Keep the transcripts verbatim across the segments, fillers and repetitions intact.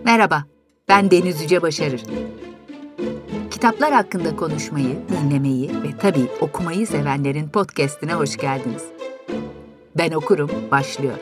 Merhaba, ben Deniz Yüce Başarır. Kitaplar hakkında konuşmayı, dinlemeyi ve tabii okumayı sevenlerin podcast'ine hoş geldiniz. Ben okurum, başlıyor.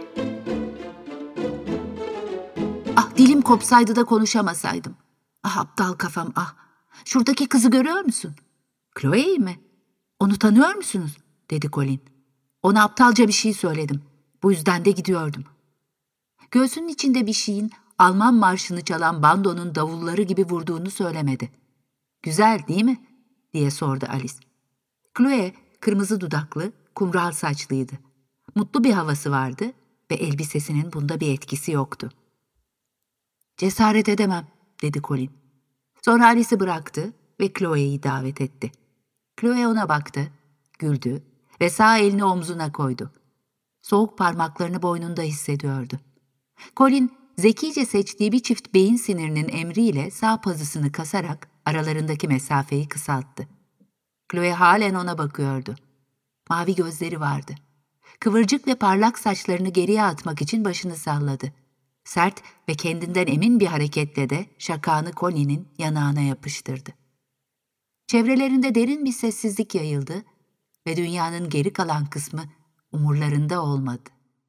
Ah, dilim kopsaydı da konuşamasaydım. Ah, aptal kafam, ah. Şuradaki kızı görüyor musun? Chloe'yi mi? Onu tanıyor musunuz? Dedi Colin. Ona aptalca bir şey söyledim. Bu yüzden de gidiyordum. Göğsünün içinde bir şeyin Alman marşını çalan bandonun davulları gibi vurduğunu söylemedi. Güzel değil mi? Diye sordu Alice. Chloe kırmızı dudaklı, kumral saçlıydı. Mutlu bir havası vardı ve elbisesinin bunda bir etkisi yoktu. Cesaret edemem, dedi Colin. Sonra Alice'i bıraktı ve Chloe'yi davet etti. Chloe ona baktı, güldü ve sağ elini omzuna koydu. Soğuk parmaklarını boynunda hissediyordu. Colin, zekice seçtiği bir çift beyin sinirinin emriyle sağ pazısını kasarak aralarındaki mesafeyi kısalttı. Chloe halen ona bakıyordu. Mavi gözleri vardı. Kıvırcık ve parlak saçlarını geriye atmak için başını salladı. Sert ve kendinden emin bir hareketle de şakağını Colin'in yanağına yapıştırdı. Çevrelerinde derin bir sessizlik yayıldı ve dünyanın geri kalan kısmı umurlarında olmadı.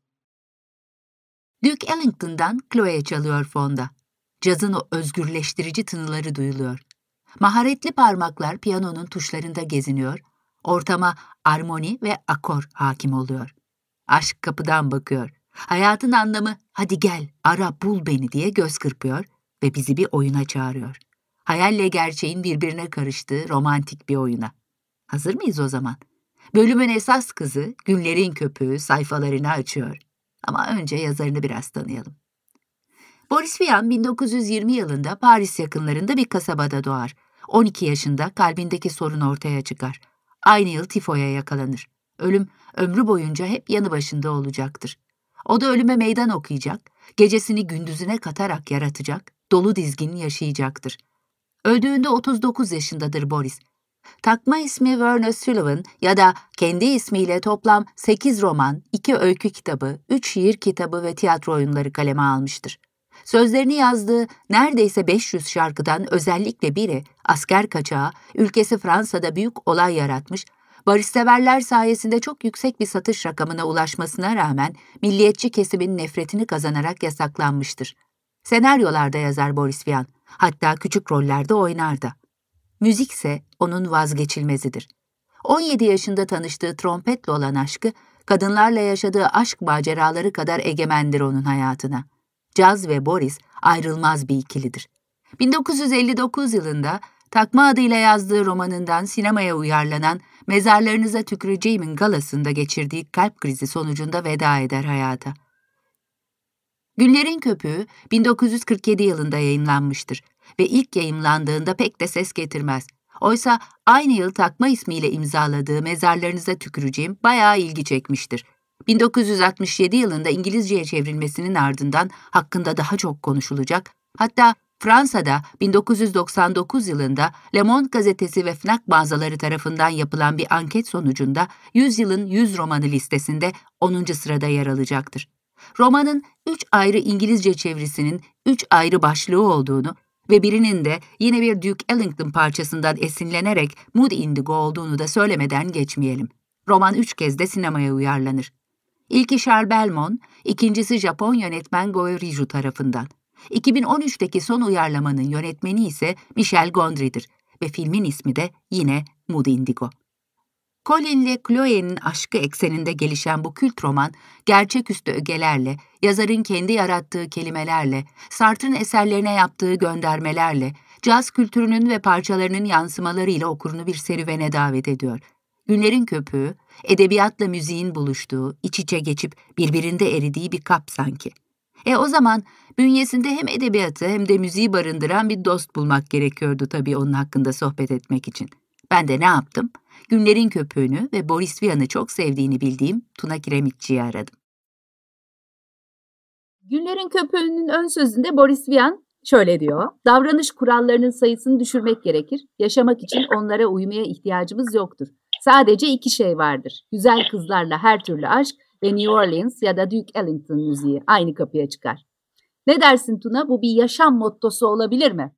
Duke Ellington'dan Chloe çalıyor fonda. Cazın o özgürleştirici tınıları duyuluyor. Maharetli parmaklar piyanonun tuşlarında geziniyor, ortama armoni ve akor hakim oluyor. Aşk kapıdan bakıyor. Hayatın anlamı hadi gel, ara, bul beni diye göz kırpıyor ve bizi bir oyuna çağırıyor. Hayalle gerçeğin birbirine karıştığı romantik bir oyuna. Hazır mıyız o zaman? Bölümün esas kızı Günlerin Köpüğü sayfalarını açıyor. Ama önce yazarını biraz tanıyalım. Boris Vian bin dokuz yüz yirmi yılında Paris yakınlarında bir kasabada doğar. on iki yaşında kalbindeki sorun ortaya çıkar. Aynı yıl tifoya yakalanır. Ölüm ömrü boyunca hep yanı başında olacaktır. O da ölüme meydan okuyacak, gecesini gündüzüne katarak yaratacak, dolu dizgin yaşayacaktır. Öldüğünde otuz dokuz yaşındadır Boris. Takma ismi Werner Sullivan ya da kendi ismiyle toplam sekiz roman, iki öykü kitabı, üç şiir kitabı ve tiyatro oyunları kaleme almıştır. Sözlerini yazdığı neredeyse beş yüz şarkıdan özellikle biri, asker kaçağı, ülkesi Fransa'da büyük olay yaratmış, barışseverler sayesinde çok yüksek bir satış rakamına ulaşmasına rağmen milliyetçi kesimin nefretini kazanarak yasaklanmıştır. Senaryolarda yazar Boris Vian, hatta küçük rollerde oynar da. Müzikse onun vazgeçilmezidir. on yedi yaşında tanıştığı trompetle olan aşkı, kadınlarla yaşadığı aşk maceraları kadar egemendir onun hayatına. Caz ve Boris ayrılmaz bir ikilidir. bin dokuz yüz elli dokuz yılında takma adıyla yazdığı romanından sinemaya uyarlanan Mezarlarınıza Tüküreceğim'in galasında geçirdiği kalp krizi sonucunda veda eder hayata. Günlerin Köpüğü bin dokuz yüz kırk yedi yılında yayımlanmıştır ve ilk yayımlandığında pek de ses getirmez. Oysa aynı yıl takma ismiyle imzaladığı Mezarlarınıza Tüküreceğim bayağı ilgi çekmiştir. bin dokuz yüz altmış yedi yılında İngilizceye çevrilmesinin ardından hakkında daha çok konuşulacak, hatta Fransa'da bin dokuz yüz doksan dokuz yılında Le Monde gazetesi ve Fnac mağazaları tarafından yapılan bir anket sonucunda yüzyılın yüz romanı listesinde onuncu sırada yer alacaktır. Romanın üç ayrı İngilizce çevirisinin üç ayrı başlığı olduğunu ve birinin de yine bir Duke Ellington parçasından esinlenerek Mood Indigo olduğunu da söylemeden geçmeyelim. Roman üç kez de sinemaya uyarlanır. İlki Charles Belmont, ikincisi Japon yönetmen Go Riju tarafından. iki bin on üçteki son uyarlamanın yönetmeni ise Michel Gondry'dir ve filmin ismi de yine Mood Indigo. Colin ile Chloe'nin aşkı ekseninde gelişen bu kült roman, gerçeküstü ögelerle, yazarın kendi yarattığı kelimelerle, Sartre'ın eserlerine yaptığı göndermelerle, caz kültürünün ve parçalarının yansımalarıyla okurunu bir serüvene davet ediyor. Günlerin Köpüğü, edebiyatla müziğin buluştuğu, iç içe geçip birbirinde eridiği bir kap sanki. E o zaman bünyesinde hem edebiyatı hem de müziği barındıran bir dost bulmak gerekiyordu tabii onun hakkında sohbet etmek için. Ben de ne yaptım? Günlerin Köpüğünü ve Boris Vian'ı çok sevdiğini bildiğim Tuna Kiremitçi'yi aradım. Günlerin Köpüğü'nün ön sözünde Boris Vian şöyle diyor: davranış kurallarının sayısını düşürmek gerekir. Yaşamak için onlara uymaya ihtiyacımız yoktur. Sadece iki şey vardır: güzel kızlarla her türlü aşk ve New Orleans ya da Duke Ellington müziği aynı kapıya çıkar. Ne dersin Tuna? Bu bir yaşam mottosu olabilir mi?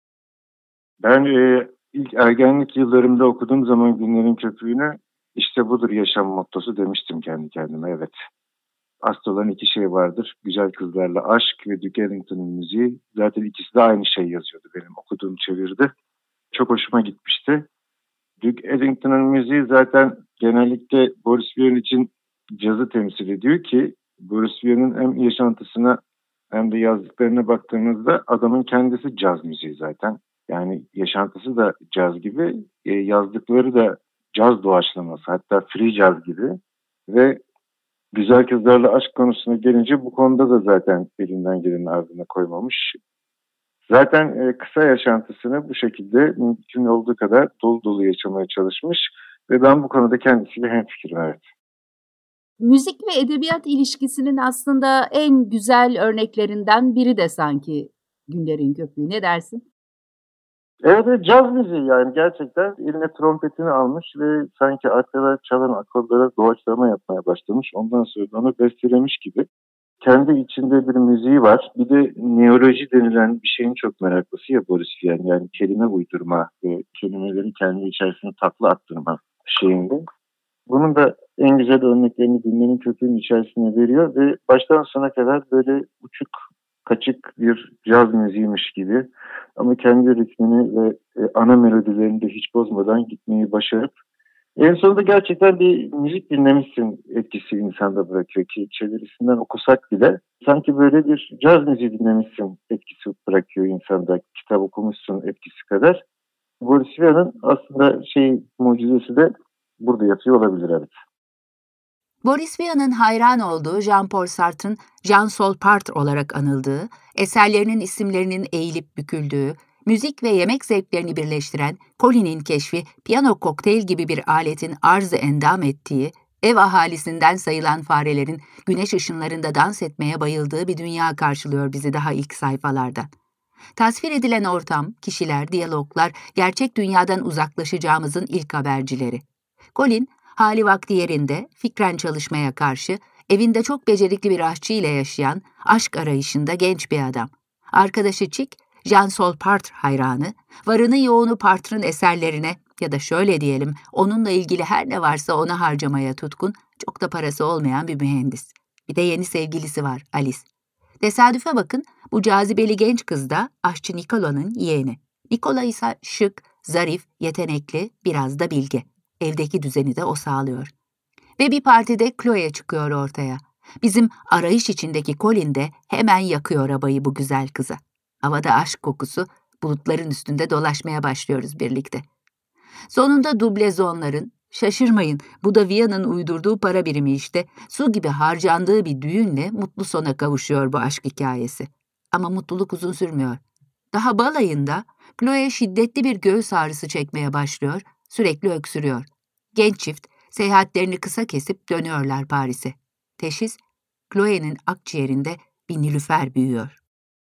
Ben e, ilk ergenlik yıllarımda okuduğum zaman Günlerin Köpüğü'nü işte budur yaşam mottosu demiştim kendi kendime, evet. Asıl olan iki şey vardır. Güzel Kızlarla Aşk ve Duke Ellington'un müziği. Zaten ikisi de aynı şey yazıyordu benim okuduğum çeviride. Çok hoşuma gitmişti. Duke Ellington'un müziği zaten genellikle Boris Vian için cazı temsil ediyor ki Boris Vian'ın hem yaşantısına hem de yazdıklarına baktığımızda adamın kendisi caz müziği zaten. Yani yaşantısı da caz gibi, e, yazdıkları da caz doğaçlaması, hatta free caz gibi. Ve Güzel Kızlarla Aşk konusuna gelince bu konuda da zaten elinden gelenin ardına koymamış. Zaten e, kısa yaşantısını bu şekilde mümkün olduğu kadar dolu dolu yaşamaya çalışmış ve ben bu konuda kendisiyle hemfikirim, evet. Müzik ve edebiyat ilişkisinin aslında en güzel örneklerinden biri de sanki Günlerin Köpüğü. Ne dersin? Evet, evet, caz müziği yani gerçekten eline trompetini almış ve sanki arkada çalan akorlara doğaçlama yapmaya başlamış. Ondan sonra onu bestelemiş gibi. Kendi içinde bir müziği var. Bir de neoloji denilen bir şeyin çok meraklısı ya Boris Vian. Yani kelime uydurma ve kelimeleri kendi içerisine takla attırma şeyinde. Bunun da en güzel örneklerini Günlerin Köpüğü'nün içerisine veriyor ve baştan sona kadar böyle uçuk kaçık bir caz müziğiymiş gibi ama kendi ritmini ve e, ana melodilerini de hiç bozmadan gitmeyi başarıp en sonunda gerçekten bir müzik dinlemişsin etkisi insanda bırakıyor ki çevirisinden okusak bile sanki böyle bir caz müziği dinlemişsin etkisi bırakıyor insanda, kitap okumuşsun etkisi kadar. Boris Vian'ın aslında şey mucizesi de burada yatıyor olabilir, evet. Boris Vian'ın hayran olduğu Jean-Paul Sartre'ın Jean-Saul Sartre olarak anıldığı, eserlerinin isimlerinin eğilip büküldüğü, müzik ve yemek zevklerini birleştiren Colin'in keşfi piyano kokteyl gibi bir aletin arzı endam ettiği, ev ahalisinden sayılan farelerin güneş ışınlarında dans etmeye bayıldığı bir dünya karşılıyor bizi daha ilk sayfalardan. Tasvir edilen ortam, kişiler, diyaloglar, gerçek dünyadan uzaklaşacağımızın ilk habercileri. Colin, hali vakti yerinde, fikren çalışmaya karşı, evinde çok becerikli bir aşçı ile yaşayan, aşk arayışında genç bir adam. Arkadaşı Chick, Jean-Saul Sartre hayranı, varını yoğunu Sartre'ın eserlerine ya da şöyle diyelim, onunla ilgili her ne varsa ona harcamaya tutkun, çok da parası olmayan bir mühendis. Bir de yeni sevgilisi var, Alice. Tesadüfe bakın, bu cazibeli genç kız da aşçı Nikola'nın yeğeni. Nikola ise şık, zarif, yetenekli, biraz da bilge. Evdeki düzeni de o sağlıyor. Ve bir partide Chloe çıkıyor ortaya. Bizim arayış içindeki Colin de hemen yakıyor abayı bu güzel kıza. Havada aşk kokusu, bulutların üstünde dolaşmaya başlıyoruz birlikte. Sonunda dublezonların, şaşırmayın bu da Vian'ın uydurduğu para birimi işte, su gibi harcandığı bir düğünle mutlu sona kavuşuyor bu aşk hikayesi. Ama mutluluk uzun sürmüyor. Daha balayında Chloe şiddetli bir göğüs ağrısı çekmeye başlıyor, sürekli öksürüyor. Genç çift seyahatlerini kısa kesip dönüyorlar Paris'e. Teşhis, Chloe'nin akciğerinde bir nilüfer büyüyor.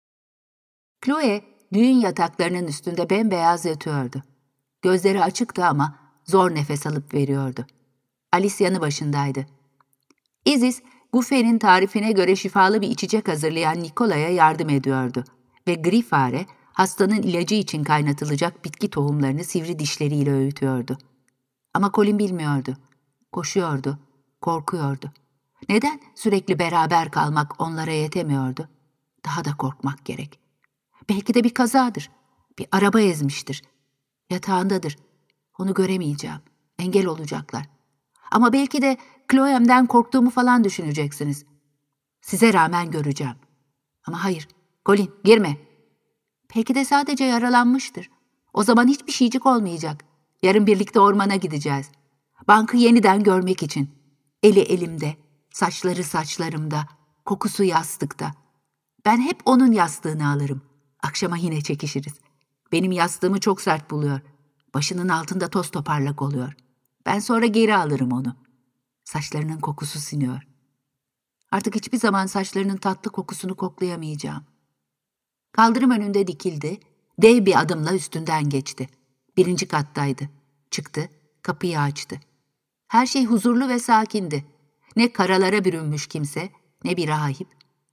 Chloe, düğün yataklarının üstünde bembeyaz yatıyordu. Gözleri açıktı ama zor nefes alıp veriyordu. Alice yanı başındaydı. Isis, Gouffet'in tarifine göre şifalı bir içecek hazırlayan Nikola'ya yardım ediyordu ve gri fare, hastanın ilacı için kaynatılacak bitki tohumlarını sivri dişleriyle öğütüyordu. Ama Colin bilmiyordu. Koşuyordu, korkuyordu. Neden sürekli beraber kalmak onlara yetemiyordu? Daha da korkmak gerek. Belki de bir kazadır. Bir araba ezmiştir. Yatağındadır. Onu göremeyeceğim. Engel olacaklar. Ama belki de Chloe'mden korktuğumu falan düşüneceksiniz. Size rağmen göreceğim. Ama hayır, Colin girme. Belki de sadece yaralanmıştır. O zaman hiçbir şeycik olmayacak. Yarın birlikte ormana gideceğiz. Bankı yeniden görmek için. Eli elimde, saçları saçlarımda, kokusu yastıkta. Ben hep onun yastığını alırım. Akşama yine çekişiriz. Benim yastığımı çok sert buluyor. Başının altında toz toparlak oluyor. Ben sonra geri alırım onu. Saçlarının kokusu siniyor. Artık hiçbir zaman saçlarının tatlı kokusunu koklayamayacağım. Kaldırım önünde dikildi, dev bir adımla üstünden geçti. Birinci kattaydı. Çıktı, kapıyı açtı. Her şey huzurlu ve sakindi. Ne karalara bürünmüş kimse, ne bir rahip.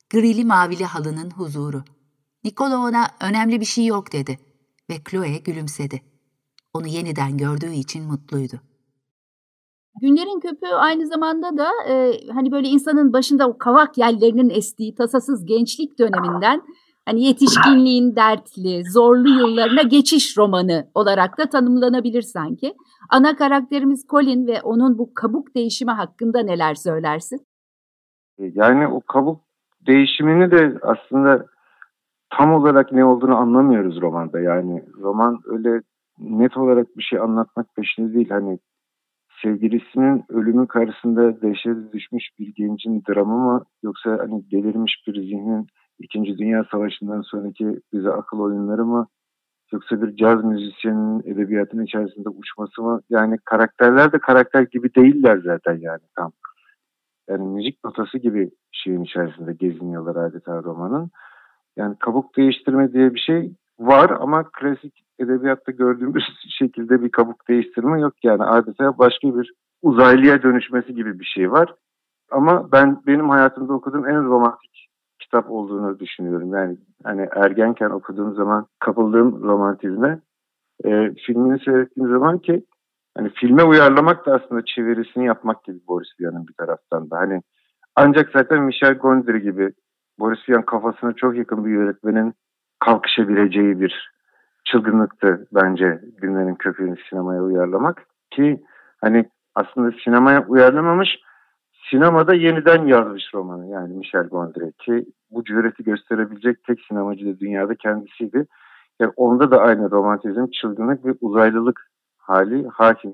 Grili mavili halının huzuru. Nicola ona önemli bir şey yok dedi ve Chloe gülümsedi. Onu yeniden gördüğü için mutluydu. Günlerin Köpüğü aynı zamanda da e, hani böyle insanın başında o kavak yellerinin estiği tasasız gençlik döneminden hani yetişkinliğin dertli, zorlu yıllarına geçiş romanı olarak da tanımlanabilir sanki. Ana karakterimiz Colin ve onun bu kabuk değişimi hakkında neler söylersin? Yani o kabuk değişimini de aslında tam olarak ne olduğunu anlamıyoruz romanda. Yani roman öyle net olarak bir şey anlatmak peşinde değil. Hani sevgilisinin ölümü karşısında dehşete düşmüş bir gencin dramı mı, yoksa hani delirmiş bir zihnin İkinci Dünya Savaşı'ndan sonraki bize akıl oyunları mı, yoksa bir caz müzisyeninin edebiyatın içerisinde uçması mı? Yani karakterler de karakter gibi değiller zaten yani tam. Yani müzik notası gibi şeyin içerisinde geziniyorlar adeta romanın. Yani kabuk değiştirme diye bir şey var ama klasik edebiyatta gördüğümüz şekilde bir kabuk değiştirme yok. Yani adeta başka bir uzaylıya dönüşmesi gibi bir şey var. Ama ben benim hayatımda okuduğum en romantik kitap olduğunu düşünüyorum. Yani hani ergenken okuduğum zaman kapıldığım romantizme, e, filmini seyrettiğim zaman ki hani filme uyarlamak da aslında çevirisini yapmak gibi Boris Vian'ın bir taraftan da. Hani ancak zaten Michel Gondry gibi Boris Vian kafasına çok yakın bir yönetmenin kalkışabileceği bir çılgınlıktı bence Günlerin Köpüğü'nü sinemaya uyarlamak. Ki hani aslında sinemaya uyarlamamış, sinemada yeniden yazmış romanı yani Michel Gondry, ki bu cüreti gösterebilecek tek sinemacı da dünyada kendisiydi. Yani onda da aynı romantizm, çılgınlık ve uzaylılık hali hakim.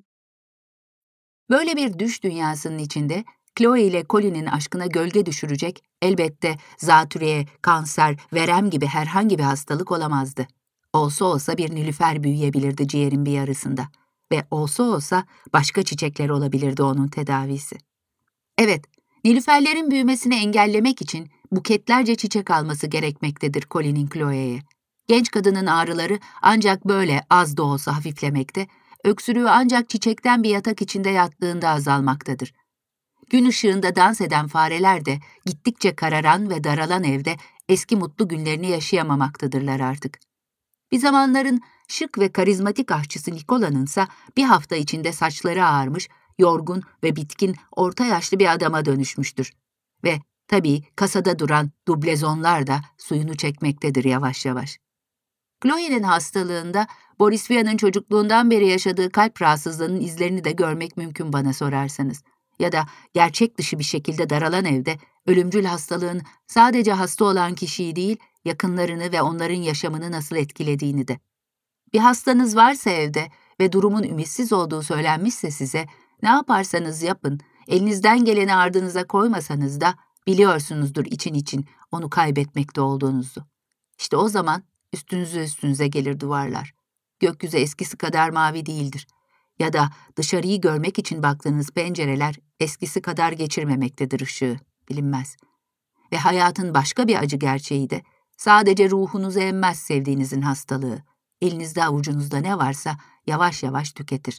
Böyle bir düş dünyasının içinde Chloe ile Colin'in aşkına gölge düşürecek elbette zatürre, kanser, verem gibi herhangi bir hastalık olamazdı. Olsa olsa bir nilüfer büyüyebilirdi ciğerin bir yarısında ve olsa olsa başka çiçekler olabilirdi onun tedavisi. Evet, nilüferlerin büyümesini engellemek için buketlerce çiçek alması gerekmektedir Colin'in Chloe'ye. Genç kadının ağrıları ancak böyle az da olsa hafiflemekte, öksürüğü ancak çiçekten bir yatak içinde yattığında azalmaktadır. Gün ışığında dans eden fareler de gittikçe kararan ve daralan evde eski mutlu günlerini yaşayamamaktadırlar artık. Bir zamanların şık ve karizmatik aşçısı Nicola'nınsa bir hafta içinde saçları ağarmış, yorgun ve bitkin orta yaşlı bir adama dönüşmüştür. Ve tabii kasada duran dublezonlar da suyunu çekmektedir yavaş yavaş. Chloe'nin hastalığında Boris Vian'ın çocukluğundan beri yaşadığı kalp rahatsızlığının izlerini de görmek mümkün bana sorarsanız. Ya da gerçek dışı bir şekilde daralan evde ölümcül hastalığın sadece hasta olan kişiyi değil, yakınlarını ve onların yaşamını nasıl etkilediğini de. Bir hastanız varsa evde ve durumun ümitsiz olduğu söylenmişse size, ne yaparsanız yapın, elinizden geleni ardınıza koymasanız da biliyorsunuzdur için için onu kaybetmekte olduğunuzu. İşte o zaman üstünüze üstünüze gelir duvarlar. Gökyüzü eskisi kadar mavi değildir. Ya da dışarıyı görmek için baktığınız pencereler eskisi kadar geçirmemektedir ışığı, bilinmez. Ve hayatın başka bir acı gerçeği de sadece ruhunuzu emmez sevdiğinizin hastalığı. Elinizde avucunuzda ne varsa yavaş yavaş tüketir.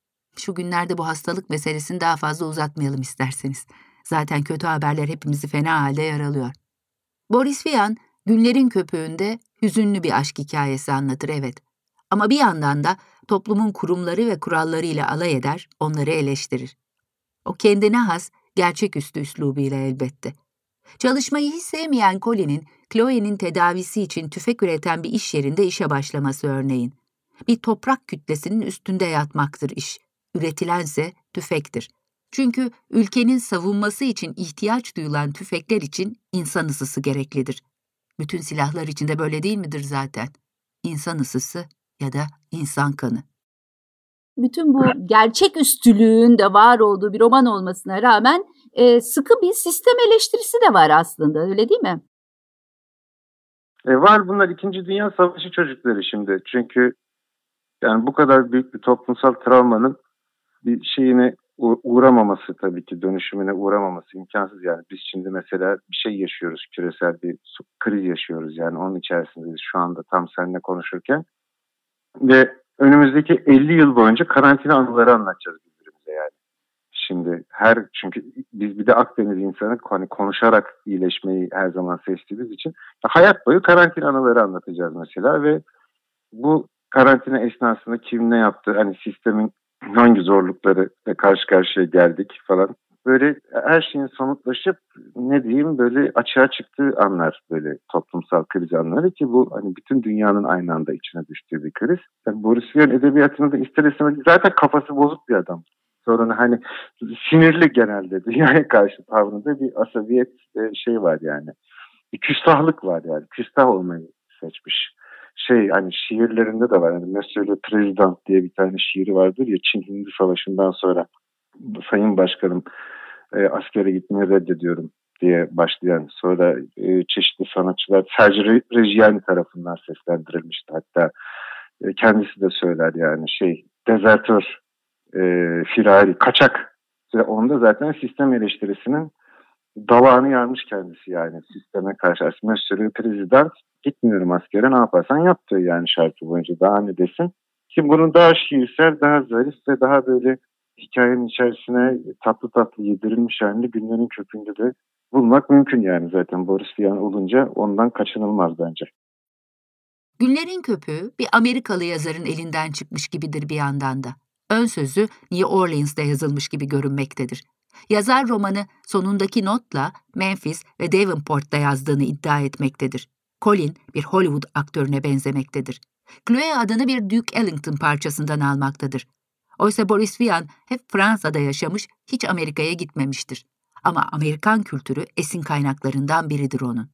Şu günlerde bu hastalık meselesini daha fazla uzatmayalım isterseniz. Zaten kötü haberler hepimizi fena halde yaralıyor. Boris Vian, Günlerin Köpüğü'nde hüzünlü bir aşk hikayesi anlatır, evet. Ama bir yandan da toplumun kurumları ve kurallarıyla alay eder, onları eleştirir. O kendine has, gerçeküstü üslubuyla elbette. Çalışmayı hiç sevmeyen Colin'in, Chloe'nin tedavisi için tüfek üreten bir iş yerinde işe başlaması örneğin. Bir toprak kütlesinin üstünde yatmaktır iş. Üretilense tüfektir. Çünkü ülkenin savunması için ihtiyaç duyulan tüfekler için insan ısısı gereklidir. Bütün silahlar içinde böyle değil midir zaten? İnsan ısısı ya da insan kanı. Bütün bu gerçek üstülüğün de var olduğu bir roman olmasına rağmen e, sıkı bir sistem eleştirisi de var aslında, öyle değil mi? E var, bunlar İkinci Dünya Savaşı çocukları şimdi. Çünkü yani bu kadar büyük bir toplumsal travmanın bir şeyine uğramaması, tabii ki dönüşümüne uğramaması imkansız yani. Biz şimdi mesela bir şey yaşıyoruz, küresel bir kriz yaşıyoruz yani, onun içerisindeyiz şu anda tam seninle konuşurken. Ve önümüzdeki elli yıl boyunca karantina anıları anlatacağız birbirimize yani. Şimdi her çünkü biz bir de Akdeniz insanı hani konuşarak iyileşmeyi her zaman seçtiğimiz için hayat boyu karantina anıları anlatacağız mesela ve bu karantina esnasında kim ne yaptı, hani sistemin hangi zorlukları karşı karşıya geldik falan. Böyle her şeyin somutlaşıp ne diyeyim böyle açığa çıktığı anlar, böyle toplumsal kriz anları ki bu hani bütün dünyanın aynı anda içine düştüğü bir kriz. Yani Boris Vian edebiyatında da ister istemez zaten kafası bozuk bir adam. Sonra hani sinirli genelde dünyaya karşı tavrında bir asabiyet şey var yani. Bir küstahlık var yani. Küstah olmayı seçmiş. Şey hani şiirlerinde de var. Yani Monsieur le Président diye bir tane şiiri vardır ya, Çin-Hindi Savaşı'ndan sonra Sayın Başkanım e, askere gitmeyi reddediyorum diye başlayan, sonra e, çeşitli sanatçılar Serge Reggiani tarafından seslendirilmişti. Hatta e, kendisi de söyler yani şey dezertör, e, firari, kaçak. Onda zaten sistem eleştirisinin davağını yarmış kendisi yani sisteme karşı. Monsieur le Président, gitmiyorum askere, ne yaparsan yaptığı yani şarkı boyunca, daha ne desin. Ki bunun daha şiirsel, daha zarif ve daha böyle hikayenin içerisine tatlı tatlı yedirilmiş halini Günlerin Kökü'nde de bulmak mümkün yani zaten. Boris Vian olunca ondan kaçınılmaz bence. Günlerin Köpüğü bir Amerikalı yazarın elinden çıkmış gibidir bir yandan da. Ön sözü New Orleans'da yazılmış gibi görünmektedir. Yazar romanı sonundaki notla Memphis ve Davenport'ta yazdığını iddia etmektedir. Colin bir Hollywood aktörüne benzemektedir. Chloe adını bir Duke Ellington parçasından almaktadır. Oysa Boris Vian hep Fransa'da yaşamış, hiç Amerika'ya gitmemiştir. Ama Amerikan kültürü esin kaynaklarından biridir onun.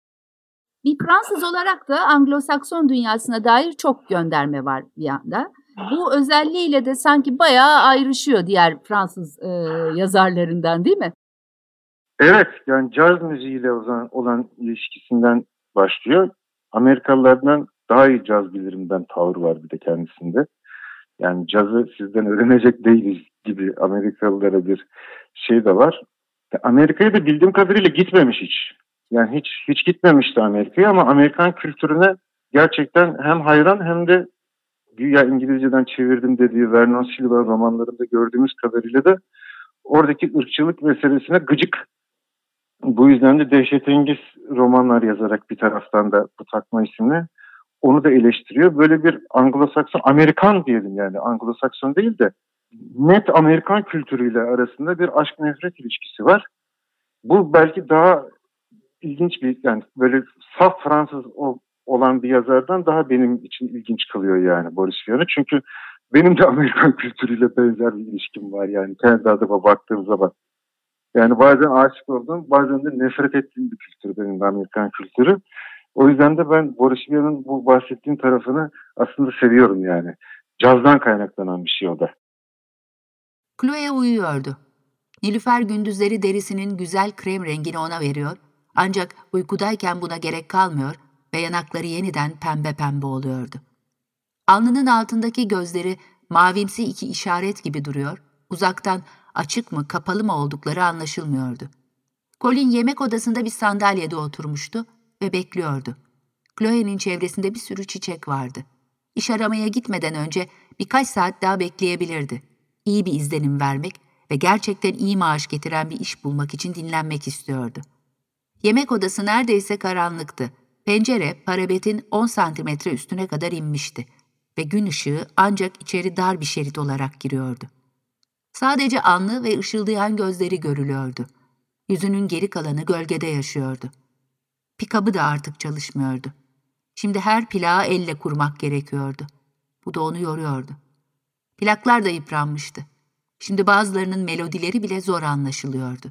Bir Fransız olarak da Anglo-Sakson dünyasına dair çok gönderme var bir yanda. Bu özelliğiyle de sanki bayağı ayrışıyor diğer Fransız e, yazarlarından, değil mi? Evet, yani caz müziğiyle olan, olan ilişkisinden başlıyor. Amerikalılardan daha iyi caz bilirimden tavır var bir de kendisinde. Yani cazı sizden öğrenecek değiliz gibi Amerikalılara bir şey de var. Amerika'ya da bildiğim kadarıyla gitmemiş hiç. Yani hiç hiç gitmemişti Amerika'ya ama Amerikan kültürüne gerçekten hem hayran hem de güya İngilizceden çevirdim dediği Vernon Silva romanlarında gördüğümüz kadarıyla da oradaki ırkçılık meselesine gıcık. Bu yüzden de dehşetengiz romanlar yazarak bir taraftan da bu takma isimle onu da eleştiriyor. Böyle bir Anglo-Sakson, Amerikan diyelim yani, Anglo-Sakson değil de net Amerikan kültürüyle arasında bir aşk-nefret ilişkisi var. Bu belki daha ilginç bir, yani böyle saf Fransız olan bir yazardan daha benim için ilginç kılıyor yani Boris Vian'ı. Çünkü benim de Amerikan kültürüyle benzer bir ilişkim var yani kendi adıma baktığım zaman. Yani bazen aşık oldum, bazen de nefret ettiğim bir kültür benim de Amerikan kültürü. O yüzden de ben Boris Vian'ın bu bahsettiğim tarafını aslında seviyorum yani. Cazdan kaynaklanan bir şey o da. Chloe uyuyordu. Nilüfer gündüzleri derisinin güzel krem rengini ona veriyor, ancak uykudayken buna gerek kalmıyor ve yanakları yeniden pembe pembe oluyordu. Alnının altındaki gözleri mavimsi iki işaret gibi duruyor, uzaktan açık mı kapalı mı oldukları anlaşılmıyordu. Colin yemek odasında bir sandalyede oturmuştu ve bekliyordu. Chloe'nin çevresinde bir sürü çiçek vardı. İş aramaya gitmeden önce birkaç saat daha bekleyebilirdi. İyi bir izlenim vermek ve gerçekten iyi maaş getiren bir iş bulmak için dinlenmek istiyordu. Yemek odası neredeyse karanlıktı. Pencere parabetin on santimetre üstüne kadar inmişti ve gün ışığı ancak içeri dar bir şerit olarak giriyordu. Sadece alnı ve ışıldayan gözleri görülüyordu. Yüzünün geri kalanı gölgede yaşıyordu. Pikabı da artık çalışmıyordu. Şimdi her plağı elle kurmak gerekiyordu. Bu da onu yoruyordu. Plaklar da yıpranmıştı. Şimdi bazılarının melodileri bile zor anlaşılıyordu.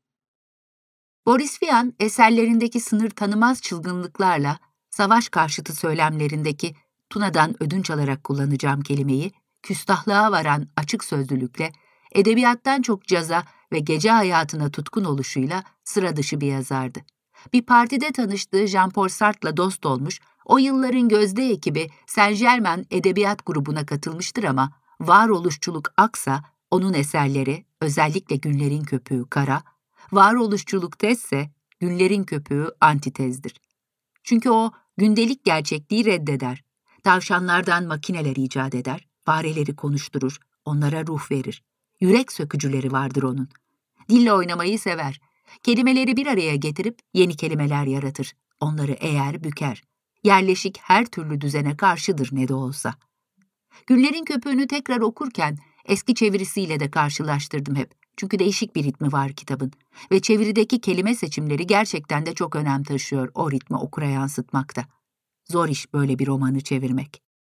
Boris Vian eserlerindeki sınır tanımaz çılgınlıklarla, savaş karşıtı söylemlerindeki Tuna'dan ödünç alarak kullanacağım kelimeyi, küstahlığa varan açık sözlülükle, edebiyattan çok caza ve gece hayatına tutkun oluşuyla sıra dışı bir yazardı. Bir partide tanıştığı Jean-Paul Sartre'la dost olmuş, o yılların gözde ekibi Saint-Germain edebiyat grubuna katılmıştır ama varoluşçuluk aksa, onun eserleri, özellikle Günlerin Köpüğü kara, varoluşçuluk tezse Günlerin Köpüğü antitezdir. Çünkü o gündelik gerçekliği reddeder. Tavşanlardan makineler icat eder, fareleri konuşturur, onlara ruh verir. Yürek sökücüleri vardır onun. Dille oynamayı sever. Kelimeleri bir araya getirip yeni kelimeler yaratır. Onları eğer büker. Yerleşik her türlü düzene karşıdır ne de olsa. Günlerin Köpüğü'nü tekrar okurken eski çevirisiyle de karşılaştırdım hep. Çünkü değişik bir ritmi var kitabın. Ve çevirideki kelime seçimleri gerçekten de çok önem taşıyor o ritmi okura yansıtmakta. Zor iş böyle bir romanı çevirmek.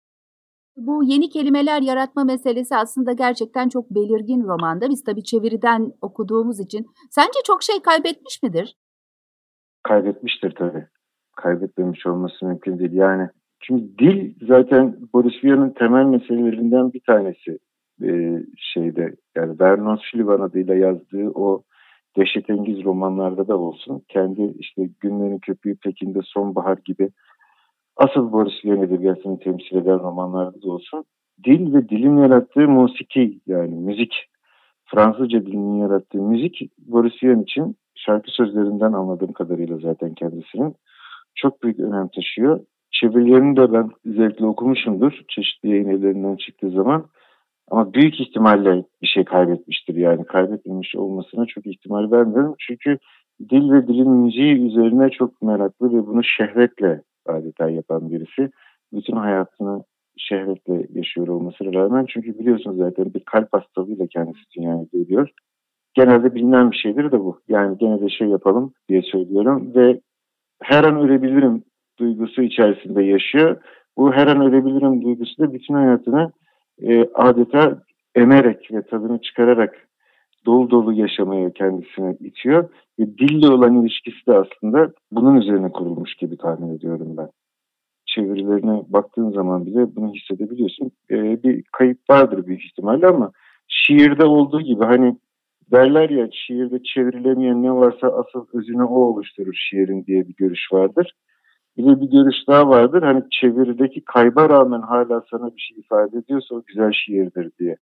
Bu yeni kelimeler yaratma meselesi aslında gerçekten çok belirgin romanda. Biz tabii çeviriden okuduğumuz için. Sence çok şey kaybetmiş midir? Kaybetmiştir tabii. Kaybetmemiş olması mümkün değil. Yani çünkü dil zaten Boris Vian'ın temel meselelerinden bir tanesi. Ee, şeyde yani Vernon Sullivan adıyla yazdığı o dehşetengiz romanlarda da olsun. Kendi işte Günlerin Köpüğü, Pekin'de Sonbahar gibi asıl Boris Vian edebiyatını temsil eden romanlarda da olsun. Dil ve dilin yarattığı musiki yani müzik. Fransızca dilinin yarattığı müzik Boris Vian için şarkı sözlerinden anladığım kadarıyla zaten kendisinin çok büyük önem taşıyor. Çevirilerini de ben zevkle okumuşumdur çeşitli yayın evlerinden çıktığı zaman. Ama büyük ihtimalle bir şey kaybetmiştir yani kaybetmemiş olmasına çok ihtimal vermiyorum. Çünkü dil ve dilin müziği üzerine çok meraklı ve bunu şehvetle adeta yapan birisi. Bütün hayatını şehvetle yaşıyor olmasına rağmen çünkü biliyorsunuz zaten bir kalp hastalığıyla kendisi dünyaya geliyor. Genelde bilinen bir şeydir de bu. Yani gene de şey yapalım diye söylüyorum ve her an ölebilirim duygusu içerisinde yaşıyor. Bu her an ölebilirim duygusu da bütün hayatını e, adeta emerek ve tadını çıkararak dolu dolu yaşamaya kendisine itiyor. Ve dille olan ilişkisi de aslında bunun üzerine kurulmuş gibi tahmin ediyorum ben. Çevirilerine baktığın zaman bile bunu hissedebiliyorsun. Ee, bir kayıp vardır büyük ihtimalle ama şiirde olduğu gibi hani derler ya şiirde çevrilemeyen ne varsa asıl özünü o oluşturur şiirin diye bir görüş vardır. Bir de bir görüş daha vardır hani çevirideki kayba rağmen hala sana bir şey ifade ediyorsa o güzel şiirdir diye.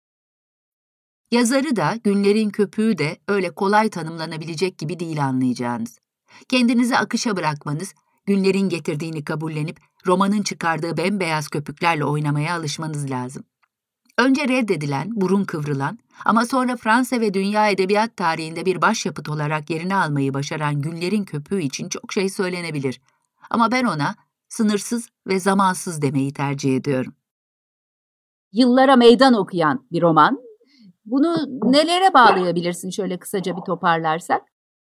Yazarı da Günlerin Köpüğü de öyle kolay tanımlanabilecek gibi değil anlayacağınız. Kendinizi akışa bırakmanız, günlerin getirdiğini kabullenip romanın çıkardığı bembeyaz köpüklerle oynamaya alışmanız lazım. Önce reddedilen, burun kıvrılan ama sonra Fransa ve dünya edebiyat tarihinde bir başyapıt olarak yerini almayı başaran Günlerin Köpüğü için çok şey söylenebilir. Ama ben ona sınırsız ve zamansız demeyi tercih ediyorum. Yıllara meydan okuyan bir roman. Bunu nelere bağlayabilirsin şöyle kısaca bir toparlarsak?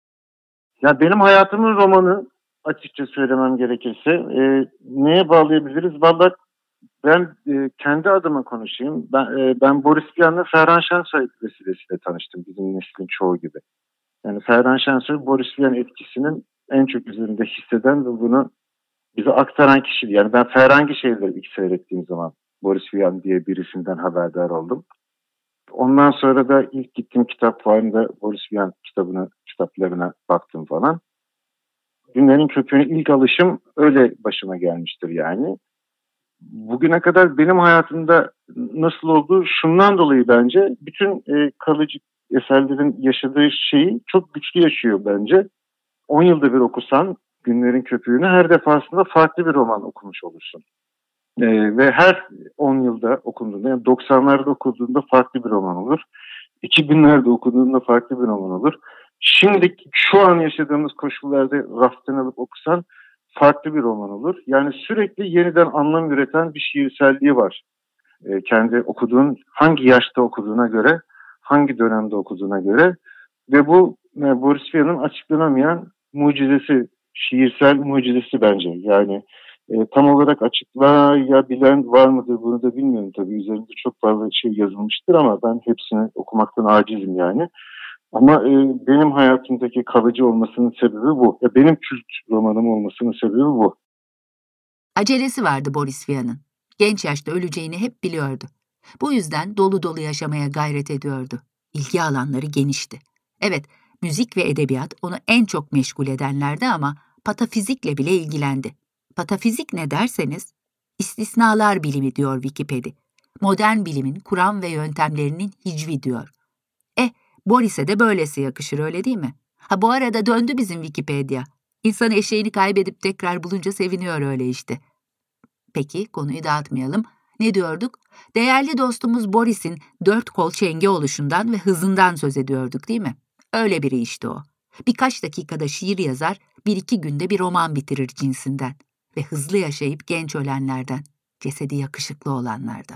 Ya benim hayatımın romanı açıkça söylemem gerekirse e, neye bağlayabiliriz? Vallahi ben e, kendi adıma konuşayım. Ben, e, ben Boris Vian'la Ferhan Şensoy vesilesiyle tanıştım bizim neslin çoğu gibi. Yani Ferhan Şensoy Boris Vian etkisinin en çok üzerinde hisseden ve bunu bize aktaran kişiydi. Yani ben Ferhangi şeyleri ilk seyrettiğim zaman Boris Vian diye birisinden haberdar oldum. Ondan sonra da ilk gittiğim kitap fuarında Boris Vian kitabına, kitaplarına baktım falan. Günlerin Köpüğü'ne ilk alışım öyle başıma gelmiştir yani. Bugüne kadar benim hayatımda nasıl olduğu şundan dolayı bence bütün e, kalıcı eserlerin yaşadığı şeyi çok güçlü yaşıyor bence. on yılda bir okusan Günlerin Köpüğü'nü her defasında farklı bir roman okumuş olursun. Ee, ve her on yılda okunduğunda, yani doksanlarda okuduğunda farklı bir roman olur. iki binlerde okuduğunda farklı bir roman olur. Şimdi şu an yaşadığımız koşullarda raftan alıp okusan farklı bir roman olur. Yani sürekli yeniden anlam üreten bir şiirselliği var. Ee, kendi okuduğun, hangi yaşta okuduğuna göre, hangi dönemde okuduğuna göre. Ve bu e, Boris Vian'ın açıklanamayan mucizesi, şiirsel mucizesi bence. Yani E, tam olarak açıklayabilen var mıdır bunu da bilmiyorum tabii. Üzerinde çok fazla şey yazılmıştır ama ben hepsini okumaktan acizim yani. Ama e, benim hayatımdaki kalıcı olmasının sebebi bu. E, benim kült romanım olmasının sebebi bu. Acelesi vardı Boris Vian'ın. Genç yaşta öleceğini hep biliyordu. Bu yüzden dolu dolu yaşamaya gayret ediyordu. İlgi alanları genişti. Evet, müzik ve edebiyat onu en çok meşgul edenlerdi ama patafizikle bile ilgilendi. Patafizik ne derseniz, istisnalar bilimi diyor Wikipedia. Modern bilimin kuram ve yöntemlerinin hicvi diyor. Eh, Boris'e de böylesi yakışır öyle değil mi? Ha bu arada döndü bizim Wikipedia. İnsan eşeğini kaybedip tekrar bulunca seviniyor öyle işte. Peki konuyu dağıtmayalım. Ne diyorduk? Değerli dostumuz Boris'in dört kol çenge oluşundan ve hızından söz ediyorduk değil mi? Öyle biri işte o. Birkaç dakikada şiir yazar, bir iki günde bir roman bitirir cinsinden. Ve hızlı yaşayıp genç ölenlerden, cesedi yakışıklı olanlardan.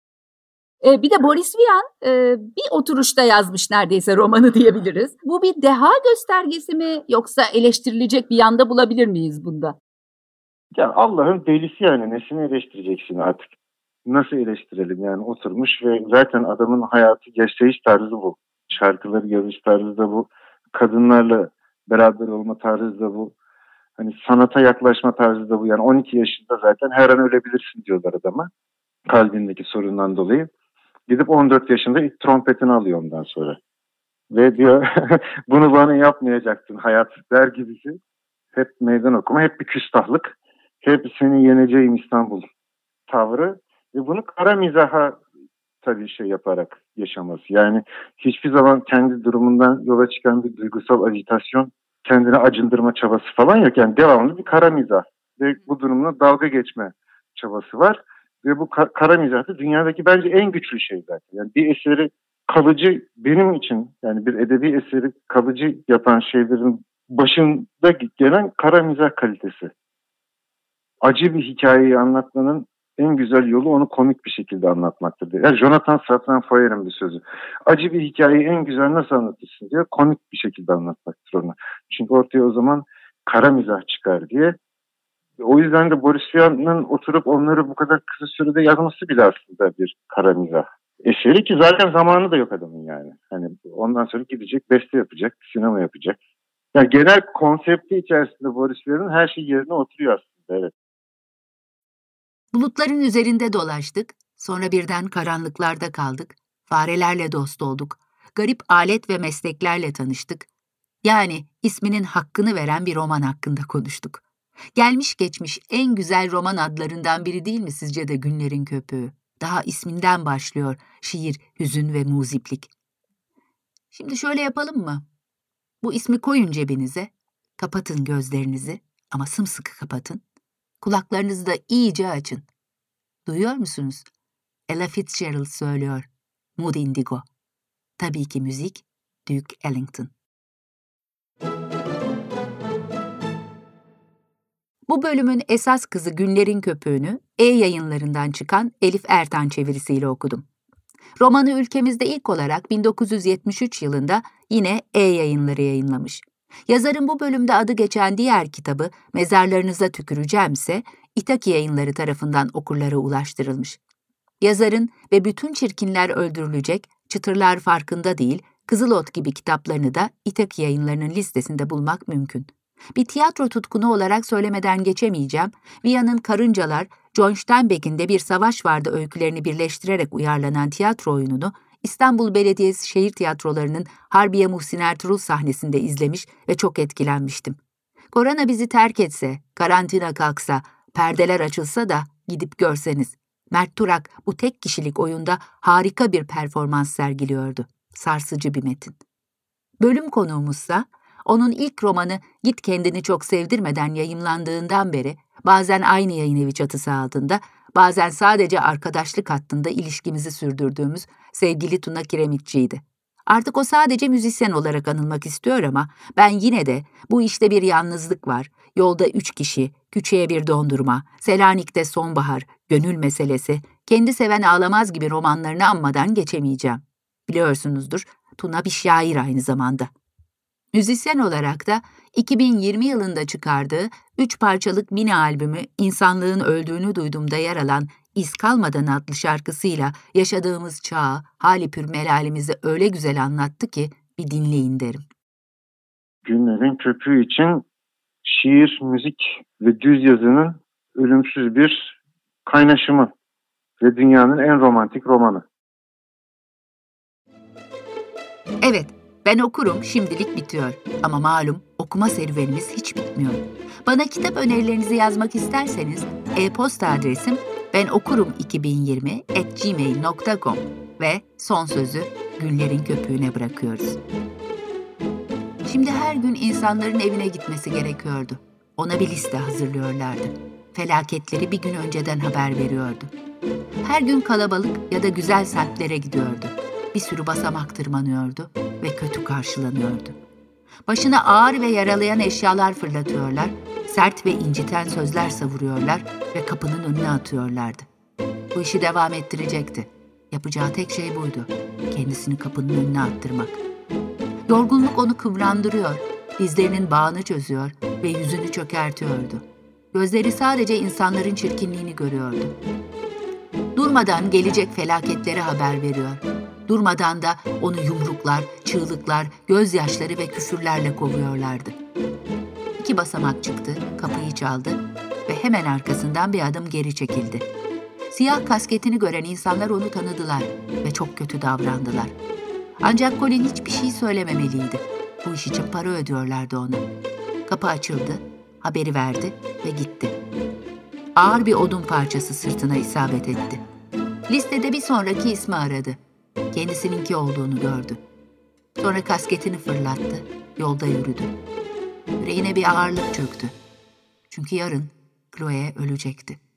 E, bir de Boris Vian e, bir oturuşta yazmış neredeyse romanı diyebiliriz. Bu bir deha göstergesi mi yoksa eleştirilecek bir yanda bulabilir miyiz bunda? Ya Allah'ın delisi yani, nesini eleştireceksin artık? Nasıl eleştirelim yani, oturmuş ve zaten adamın hayatı, yaşayış tarzı bu. Şarkıları yazış tarzı da bu. Kadınlarla beraber olma tarzı da bu. Hani sanata yaklaşma tarzı da bu. Yani on iki yaşında zaten her an ölebilirsin diyorlar adama. Kalbindeki sorundan dolayı. Gidip on dört yaşında ilk trompetini alıyor ondan sonra. Ve diyor bunu bana yapmayacaktın hayat der gibisi. Hep meydan okuma, hep bir küstahlık. Hep seni yeneceğim İstanbul tavrı. Ve bunu kara mizaha tabii şey yaparak yaşaması. Yani hiçbir zaman kendi durumundan yola çıkan bir duygusal ajitasyon, kendini acındırma çabası falan yok. Yani devamlı bir kara mizah ve bu durumla dalga geçme çabası var. Ve bu ka- kara mizah da dünyadaki bence en güçlü şey zaten. Yani bir eseri kalıcı, benim için yani bir edebi eseri kalıcı yapan şeylerin başında gelen kara mizah kalitesi. Acı bir hikayeyi anlatmanın en güzel yolu onu komik bir şekilde anlatmaktır diyor. Yani Jonathan Safran Foer'in bir sözü. Acı bir hikayeyi en güzel nasıl anlatırsın diyor. Komik bir şekilde anlatmaktır onu. Çünkü ortaya o zaman kara mizah çıkar diye. O yüzden de Boris Vian'ın oturup onları bu kadar kısa sürede yazması bile aslında bir kara mizah eseri, ki zaten zamanı da yok adamın yani. Hani ondan sonra gidecek, beste yapacak, sinema yapacak. Yani genel konsepti içerisinde Boris Vian'ın her şey yerine oturuyor aslında, evet. Bulutların üzerinde dolaştık, sonra birden karanlıklarda kaldık, farelerle dost olduk, garip alet ve mesleklerle tanıştık. Yani isminin hakkını veren bir roman hakkında konuştuk. Gelmiş geçmiş en güzel roman adlarından biri değil mi sizce de Günlerin Köpüğü? Daha isminden başlıyor şiir, hüzün ve muziplik. Şimdi şöyle yapalım mı? Bu ismi koyun cebinize, kapatın gözlerinizi ama sımsıkı kapatın. Kulaklarınızı da iyice açın. Duyuyor musunuz? Ella Fitzgerald söylüyor. Mood Indigo. Tabii ki müzik, Duke Ellington. Bu bölümün esas kızı Günlerin Köpüğü'nü E-Yayınlarından çıkan Elif Ertan çevirisiyle okudum. Romanı ülkemizde ilk olarak bin dokuz yüz yetmiş üç yılında yine E-Yayınları yayınlamış. Yazarın bu bölümde adı geçen diğer kitabı Mezarlarınıza Tüküreceğim ise İtaki Yayınları tarafından okurlara ulaştırılmış. Yazarın ve Bütün Çirkinler Öldürülecek, Çıtırlar Farkında Değil, Kızılot gibi kitaplarını da İtaki Yayınları'nın listesinde bulmak mümkün. Bir tiyatro tutkunu olarak söylemeden geçemeyeceğim, Vian'ın Karıncalar, John Steinbeck'in de Bir Savaş Vardı öykülerini birleştirerek uyarlanan tiyatro oyununu İstanbul Belediyesi Şehir Tiyatroları'nın Harbiye Muhsin Ertuğrul sahnesinde izlemiş ve çok etkilenmiştim. Korona bizi terk etse, karantina kalksa, perdeler açılsa da gidip görseniz. Mert Turak bu tek kişilik oyunda harika bir performans sergiliyordu. Sarsıcı bir metin. Bölüm konuğumuzsa, onun ilk romanı Git Kendini Çok Sevdirmeden yayımlandığından beri bazen aynı yayınevi çatısı altında, bazen sadece arkadaşlık hattında ilişkimizi sürdürdüğümüz sevgili Tuna Kiremitçi'ydi. Artık o sadece müzisyen olarak anılmak istiyor ama ben yine de bu işte bir yalnızlık var, yolda üç kişi, küçüğe bir dondurma, Selanik'te sonbahar, gönül meselesi, kendi seven ağlamaz gibi romanlarını anmadan geçemeyeceğim. Biliyorsunuzdur, Tuna bir şair aynı zamanda. Müzisyen olarak da iki bin yirmi yılında çıkardığı üç parçalık mini albümü İnsanlığın Öldüğünü Duydum'da yer alan İz Kalmadan adlı şarkısıyla yaşadığımız çağı, hali pür melalimizi öyle güzel anlattı ki bir dinleyin derim. Günlerin Köpüğü için şiir, müzik ve düz yazının ölümsüz bir kaynaşımı ve dünyanın en romantik romanı. Evet, ben okurum, şimdilik bitiyor. Ama malum okuma serüvenimiz hiç bitmiyor. Bana kitap önerilerinizi yazmak isterseniz e-posta adresim benokurum iki bin yirmi at gmail nokta com ve son sözü Günlerin Köpüğü'ne bırakıyoruz. Şimdi her gün insanların evine gitmesi gerekiyordu. Ona bir liste hazırlıyorlardı. Felaketleri bir gün önceden haber veriyordu. Her gün kalabalık ya da güzel semtlere gidiyordu. Bir sürü basamak tırmanıyordu ve kötü karşılanıyordu. Başına ağır ve yaralayan eşyalar fırlatıyorlar, sert ve inciten sözler savuruyorlar ve kapının önüne atıyorlardı. Bu işi devam ettirecekti. Yapacağı tek şey buydu. Kendisini kapının önüne attırmak. Yorgunluk onu kıvrandırıyor, dizlerinin bağını çözüyor ve yüzünü çökertiyordu. Gözleri sadece insanların çirkinliğini görüyordu. Durmadan gelecek felaketleri haber veriyor. Durmadan da onu yumruklar, çığlıklar, gözyaşları ve küfürlerle kovuyorlardı. İki basamak çıktı, kapıyı çaldı ve hemen arkasından bir adım geri çekildi. Siyah kasketini gören insanlar onu tanıdılar ve çok kötü davrandılar. Ancak Colin hiçbir şey söylememeliydi. Bu iş için para ödüyorlardı ona. Kapı açıldı, haberi verdi ve gitti. Ağır bir odun parçası sırtına isabet etti. Listede bir sonraki ismi aradı. Kendisininki olduğunu gördü. Sonra kasketini fırlattı, yolda yürüdü. Yüreğine bir ağırlık çöktü. Çünkü yarın Chloe ölecekti.